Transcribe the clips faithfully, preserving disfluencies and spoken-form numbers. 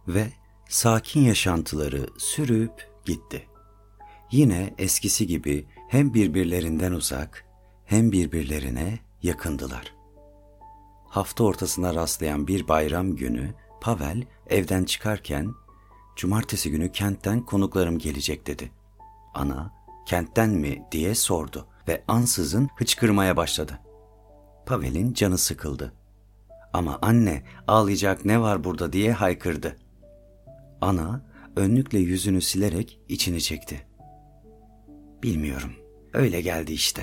ve sakin yaşantıları sürüp gitti. Yine eskisi gibi hem birbirlerinden uzak hem birbirlerine yakındılar. Hafta ortasına rastlayan bir bayram günü Pavel evden çıkarken "Cumartesi günü kentten konuklarım gelecek" dedi. Ana "Kentten mi?" diye sordu ve ansızın hıçkırmaya başladı. Pavel'in canı sıkıldı. "Ama anne, ağlayacak ne var burada?" diye haykırdı. Ana önlükle yüzünü silerek içini çekti. "Bilmiyorum, öyle geldi işte."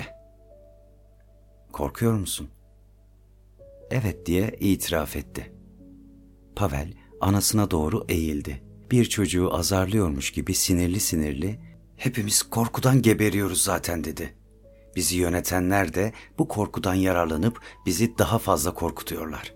"Korkuyor musun?" "Evet" diye itiraf etti. Pavel anasına doğru eğildi. Bir çocuğu azarlıyormuş gibi sinirli sinirli "Hepimiz korkudan geberiyoruz zaten" dedi. "Bizi yönetenler de bu korkudan yararlanıp bizi daha fazla korkutuyorlar."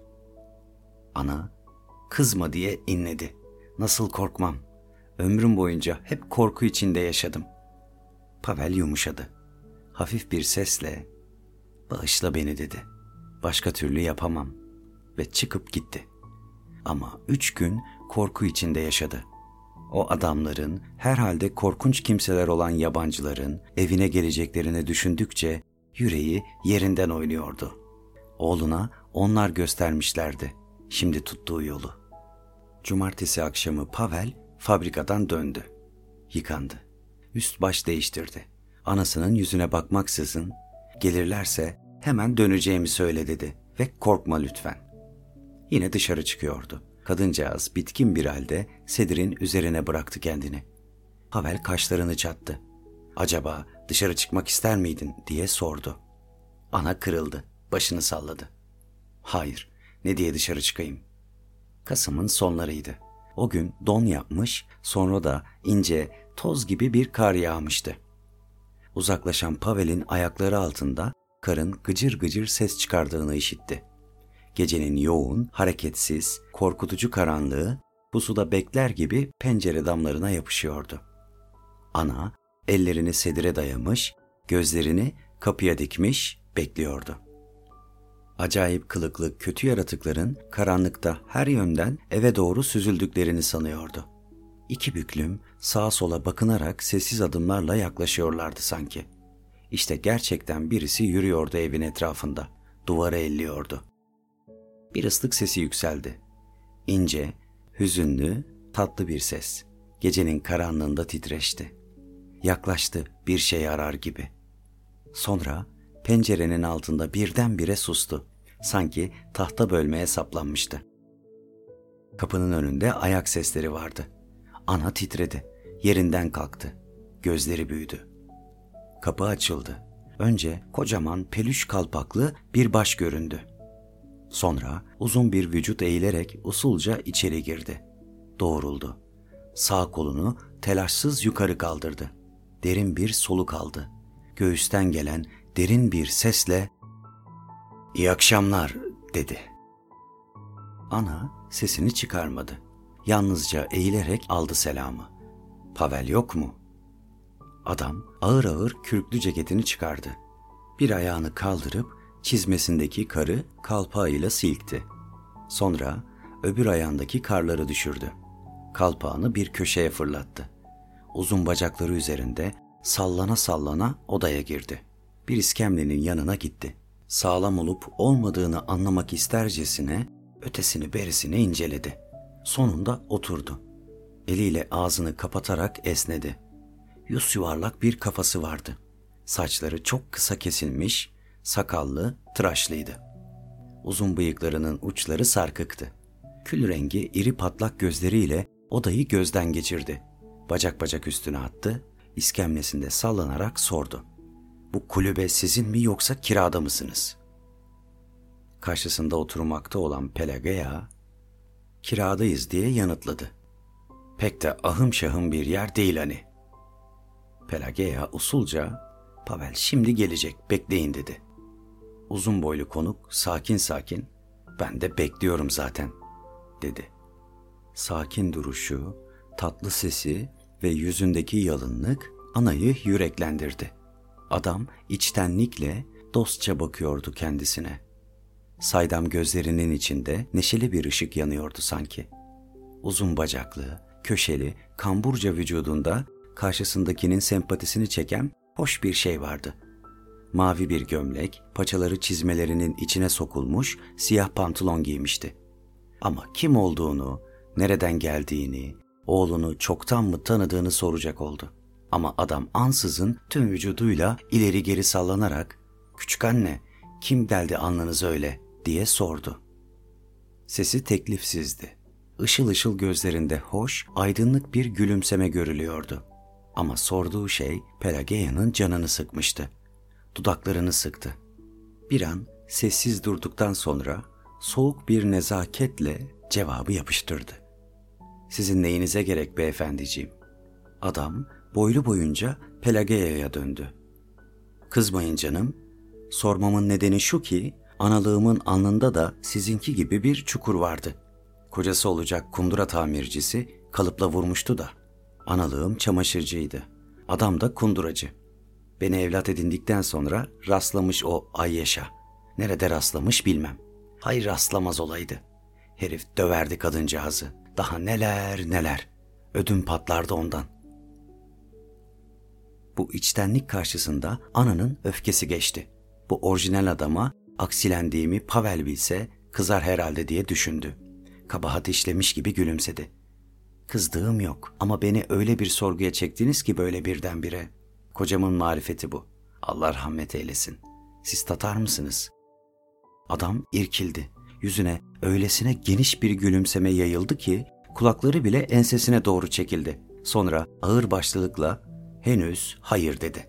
Ana "Kızma" diye inledi. "Nasıl korkmam? Ömrüm boyunca hep korku içinde yaşadım." Pavel yumuşadı. Hafif bir sesle "Bağışla beni" dedi. "Başka türlü yapamam." Ve çıkıp gitti. Ama üç gün korku içinde yaşadı. O adamların, herhalde korkunç kimseler olan yabancıların evine geleceklerini düşündükçe yüreği yerinden oynuyordu. Oğluna onlar göstermişlerdi şimdi tuttuğu yolu. Cumartesi akşamı Pavel fabrikadan döndü. Yıkandı. Üst baş değiştirdi. Anasının yüzüne bakmaksızın "Gelirlerse hemen döneceğimi söyle" dedi ve "Korkma lütfen." Yine dışarı çıkıyordu. Kadıncağız bitkin bir halde sedirin üzerine bıraktı kendini. Pavel kaşlarını çattı. "Acaba dışarı çıkmak ister miydin?" diye sordu. Ana kırıldı. Başını salladı. "Hayır, ne diye dışarı çıkayım?" Kasım'ın sonlarıydı. O gün don yapmış, sonra da ince, toz gibi bir kar yağmıştı. Uzaklaşan Pavel'in ayakları altında karın gıcır gıcır ses çıkardığını işitti. Gecenin yoğun, hareketsiz, korkutucu karanlığı pusuda bekler gibi pencere damlarına yapışıyordu. Ana ellerini sedire dayamış, gözlerini kapıya dikmiş bekliyordu. Acayip kılıklı kötü yaratıkların karanlıkta her yönden eve doğru süzüldüklerini sanıyordu. İki büklüm sağa sola bakınarak sessiz adımlarla yaklaşıyorlardı sanki. İşte gerçekten birisi yürüyordu evin etrafında, duvara elliyordu. Bir ıslık sesi yükseldi. İnce, hüzünlü, tatlı bir ses. Gecenin karanlığında titreşti. Yaklaştı bir şey arar gibi. Sonra pencerenin altında birdenbire sustu. Sanki tahta bölmeye saplanmıştı. Kapının önünde ayak sesleri vardı. Ana titredi. Yerinden kalktı. Gözleri büyüdü. Kapı açıldı. Önce kocaman peluş kalpaklı bir baş göründü. Sonra uzun bir vücut eğilerek usulca içeri girdi. Doğruldu. Sağ kolunu telaşsız yukarı kaldırdı. Derin bir soluk aldı. Göğüsten gelen derin bir sesle "İyi akşamlar" dedi. Ana sesini çıkarmadı. Yalnızca eğilerek aldı selamı. "Pavel yok mu?" Adam ağır ağır kürklü ceketini çıkardı. Bir ayağını kaldırıp çizmesindeki karı kalpağıyla silkti. Sonra öbür ayağındaki karları düşürdü. Kalpağını bir köşeye fırlattı. Uzun bacakları üzerinde sallana sallana odaya girdi. Bir iskemlenin yanına gitti. Sağlam olup olmadığını anlamak istercesine ötesini berisini inceledi. Sonunda oturdu. Eliyle ağzını kapatarak esnedi. Yüz yuvarlak bir kafası vardı. Saçları çok kısa kesilmiş, sakallı, tıraşlıydı. Uzun bıyıklarının uçları sarkıktı. Kül rengi iri patlak gözleriyle odayı gözden geçirdi. Bacak bacak üstüne attı, iskemlesinde sallanarak sordu. "Bu kulübe sizin mi yoksa kirada mısınız?" Karşısında oturmakta olan Pelageya, "Kiradayız" diye yanıtladı. "Pek de ahım şahım bir yer değil hani." Pelageya usulca "Pavel şimdi gelecek, bekleyin" dedi. Uzun boylu konuk sakin sakin "Ben de bekliyorum zaten" dedi. Sakin duruşu, tatlı sesi ve yüzündeki yalınlık anayı yüreklendirdi. Adam içtenlikle dostça bakıyordu kendisine. Saydam gözlerinin içinde neşeli bir ışık yanıyordu sanki. Uzun bacaklı, köşeli, kamburca vücudunda karşısındakinin sempatisini çeken hoş bir şey vardı. Mavi bir gömlek, paçaları çizmelerinin içine sokulmuş siyah pantolon giymişti. Ama kim olduğunu, nereden geldiğini, oğlunu çoktan mı tanıdığını soracak oldu. Ama adam ansızın tüm vücuduyla ileri geri sallanarak "Küçük anne, kim deldi alnınızı öyle?" diye sordu. Sesi teklifsizdi. Işıl ışıl gözlerinde hoş, aydınlık bir gülümseme görülüyordu. Ama sorduğu şey Pelageya'nın canını sıkmıştı. Dudaklarını sıktı. Bir an sessiz durduktan sonra soğuk bir nezaketle cevabı yapıştırdı. "Sizin neyinize gerek beyefendiciğim?" Adam boylu boyunca Pelageya'ya döndü. "Kızmayın canım. Sormamın nedeni şu ki analığımın alnında da sizinki gibi bir çukur vardı. Kocası olacak kundura tamircisi kalıpla vurmuştu da. Analığım çamaşırcıydı. Adam da kunduracı. Beni evlat edindikten sonra rastlamış o Ayyeş'a. Nerede rastlamış bilmem. Hayır, rastlamaz olaydı. Herif döverdi kadıncağızı. Daha neler neler. Ödüm patlardı ondan." Bu içtenlik karşısında ananın öfkesi geçti. Bu orijinal adama aksilendiğimi Pavel bilse kızar herhalde diye düşündü. Kabahat işlemiş gibi gülümsedi. "Kızdığım yok ama beni öyle bir sorguya çektiniz ki böyle birdenbire. Kocamın marifeti bu. Allah rahmet eylesin. Siz Tatar mısınız?" Adam irkildi. Yüzüne öylesine geniş bir gülümseme yayıldı ki kulakları bile ensesine doğru çekildi. Sonra ağır başlılıkla "Henüz hayır" dedi.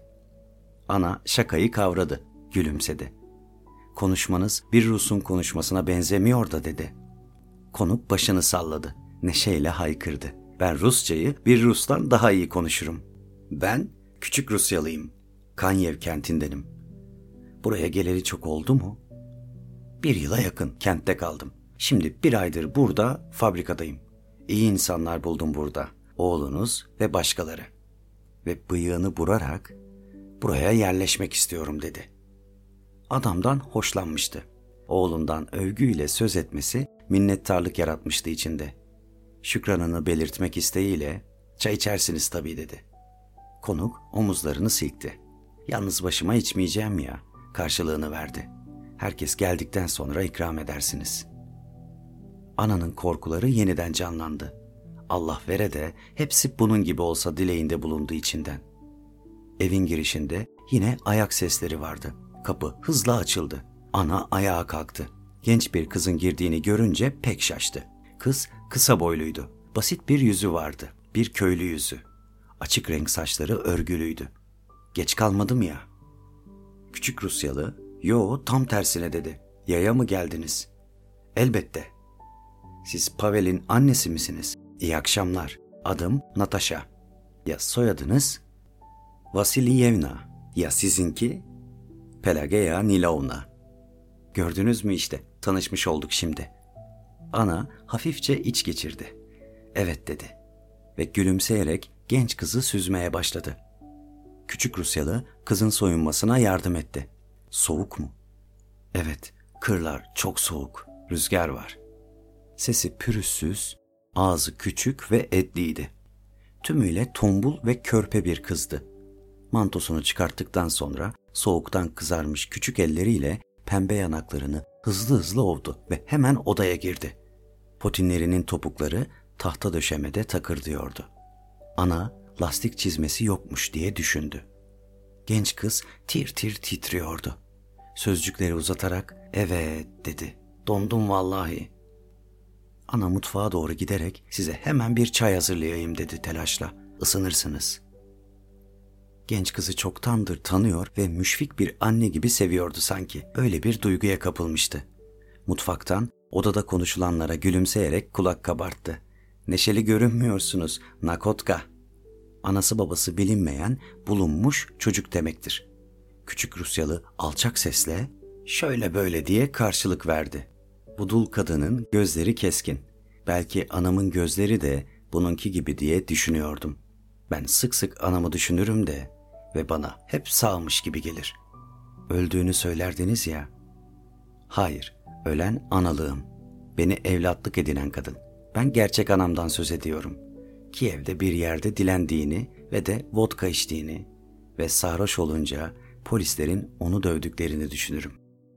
Ana şakayı kavradı, gülümsedi. "Konuşmanız bir Rus'un konuşmasına benzemiyor da" dedi. Konuk başını salladı, neşeyle haykırdı. "Ben Rusçayı bir Rus'tan daha iyi konuşurum. Ben Küçük Rusyalıyım. Kanyev kentindenim. Buraya geleli çok oldu mu? Bir yıla yakın kentte kaldım. Şimdi bir aydır burada fabrikadayım. İyi insanlar buldum burada. Oğlunuz ve başkaları. Ve bıyığını burarak buraya yerleşmek istiyorum" dedi. Adamdan hoşlanmıştı. Oğlundan övgüyle söz etmesi minnettarlık yaratmıştı içinde. Şükranını belirtmek isteğiyle "Çay içersiniz tabii" dedi. Konuk omuzlarını silkti. "Yalnız başıma içmeyeceğim ya" karşılığını verdi. "Herkes geldikten sonra ikram edersiniz." Ananın korkuları yeniden canlandı. Allah vere de hepsi bunun gibi olsa dileğinde bulundu içinden. Evin girişinde yine ayak sesleri vardı. Kapı hızla açıldı. Ana ayağa kalktı. Genç bir kızın girdiğini görünce pek şaştı. Kız kısa boyluydu. Basit bir yüzü vardı. Bir köylü yüzü. Açık renk saçları örgülüydü. "Geç kalmadım ya." Küçük Rusyalı "Yo, tam tersine" dedi. "Yaya mı geldiniz?" "Elbette." "Siz Pavel'in annesi misiniz?" "İyi akşamlar. Adım Natasha." "Ya soyadınız?" "Vasilyevna." "Ya sizinki?" "Pelageya Nilovna." "Gördünüz mü işte, tanışmış olduk şimdi." Ana hafifçe iç geçirdi. "Evet" dedi ve gülümseyerek genç kızı süzmeye başladı. Küçük Rusyalı kızın soyunmasına yardım etti. "Soğuk mu?" "Evet, kırlar çok soğuk, rüzgar var." Sesi pürüzsüz, ağzı küçük ve etliydi. Tümüyle tombul ve körpe bir kızdı. Mantosunu çıkarttıktan sonra soğuktan kızarmış küçük elleriyle pembe yanaklarını hızlı hızlı ovdu ve hemen odaya girdi. Potinlerinin topukları tahta döşemede takırdıyordu. Ana lastik çizmesi yokmuş diye düşündü. Genç kız tir tir titriyordu. Sözcükleri uzatarak "Evet" dedi. "Dondum vallahi." Ana mutfağa doğru giderek "Size hemen bir çay hazırlayayım" dedi telaşla. "Isınırsınız." Genç kızı çoktandır tanıyor ve müşfik bir anne gibi seviyordu sanki. Öyle bir duyguya kapılmıştı. Mutfaktan odada konuşulanlara gülümseyerek kulak kabarttı. "Neşeli görünmüyorsunuz, Nakotka." Anası babası bilinmeyen, bulunmuş çocuk demektir. Küçük Rusyalı alçak sesle "Şöyle böyle" diye karşılık verdi. Bu dul kadının gözleri keskin. Belki anamın gözleri de bununki gibi diye düşünüyordum. Ben sık sık anamı düşünürüm de ve bana hep sağmış gibi gelir. "Öldüğünü söylerdiniz ya." "Hayır, ölen analığım. Beni evlatlık edinen kadın. Ben gerçek anamdan söz ediyorum. Kiev'de bir yerde dilendiğini ve de vodka içtiğini ve sarhoş olunca polislerin onu dövdüklerini düşünürüm.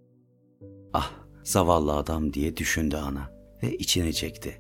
Ah, zavallı adam diye düşündü ana ve içine çekti.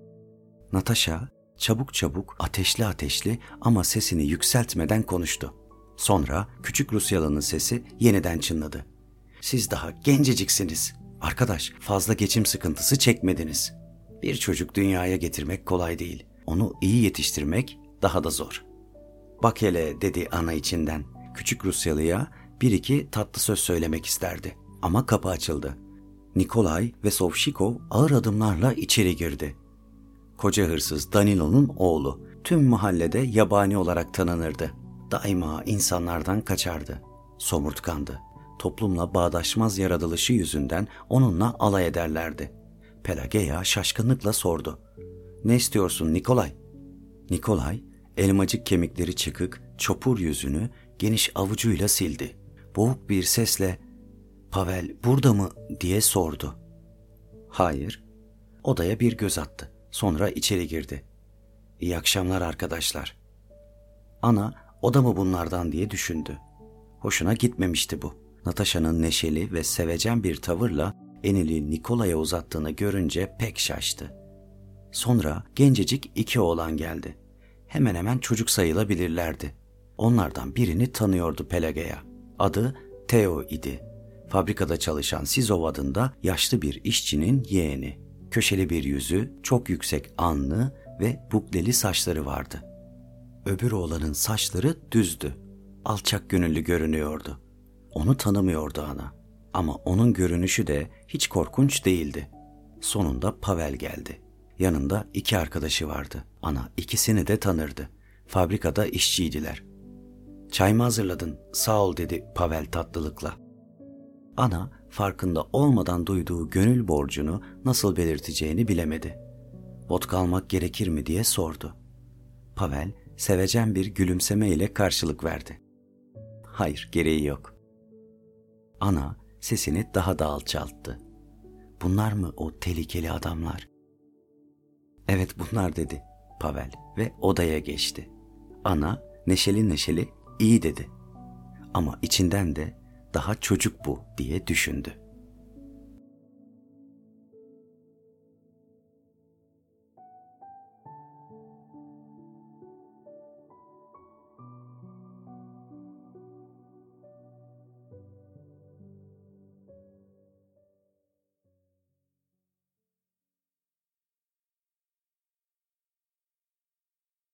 Natasha çabuk çabuk ateşli ateşli ama sesini yükseltmeden konuştu. Sonra küçük Rusyalı'nın sesi yeniden çınladı. Siz daha genceciksiniz. Arkadaş, fazla geçim sıkıntısı çekmediniz. Bir çocuk dünyaya getirmek kolay değil. Onu iyi yetiştirmek daha da zor. Bak hele, dedi ana içinden. Küçük Rusyalı'ya bir iki tatlı söz söylemek isterdi. Ama kapı açıldı. Nikolay ve Sovşikov ağır adımlarla içeri girdi. Koca hırsız Danilo'nun oğlu. Tüm mahallede yabani olarak tanınırdı. Daima insanlardan kaçardı. Somurtkandı. Toplumla bağdaşmaz yaratılışı yüzünden onunla alay ederlerdi. Pelageya şaşkınlıkla sordu. Ne istiyorsun Nikolay? Nikolay, elmacık kemikleri çıkık, çopur yüzünü geniş avucuyla sildi. Boğuk bir sesle, Pavel burada mı diye sordu. Hayır. Odaya bir göz attı. Sonra içeri girdi. İyi akşamlar arkadaşlar. Ana, o da mı bunlardan diye düşündü. Hoşuna gitmemişti bu. Natasha'nın neşeli ve sevecen bir tavırla elini Nikolay'a uzattığını görünce pek şaştı. Sonra gencecik iki oğlan geldi. Hemen hemen çocuk sayılabilirlerdi. Onlardan birini tanıyordu Pelageya. Adı Theo idi. Fabrikada çalışan Sizov adında yaşlı bir işçinin yeğeni. Köşeli bir yüzü, çok yüksek alnı ve bukleli saçları vardı. Öbür oğlanın saçları düzdü. Alçak gönüllü görünüyordu. Onu tanımıyordu ana. Ama onun görünüşü de hiç korkunç değildi. Sonunda Pavel geldi. Yanında iki arkadaşı vardı. Ana ikisini de tanırdı. Fabrikada işçiydiler. Çay mı hazırladın? Sağ ol, dedi Pavel tatlılıkla. Ana farkında olmadan duyduğu gönül borcunu nasıl belirteceğini bilemedi. Vodka almak gerekir mi diye sordu. Pavel sevecen bir gülümsemeyle karşılık verdi. Hayır, gereği yok. Ana sesini daha da alçalttı. Bunlar mı o tehlikeli adamlar? Evet bunlar, dedi Pavel ve odaya geçti. Ana neşeli neşeli iyi dedi. Ama içinden de daha çocuk bu diye düşündü.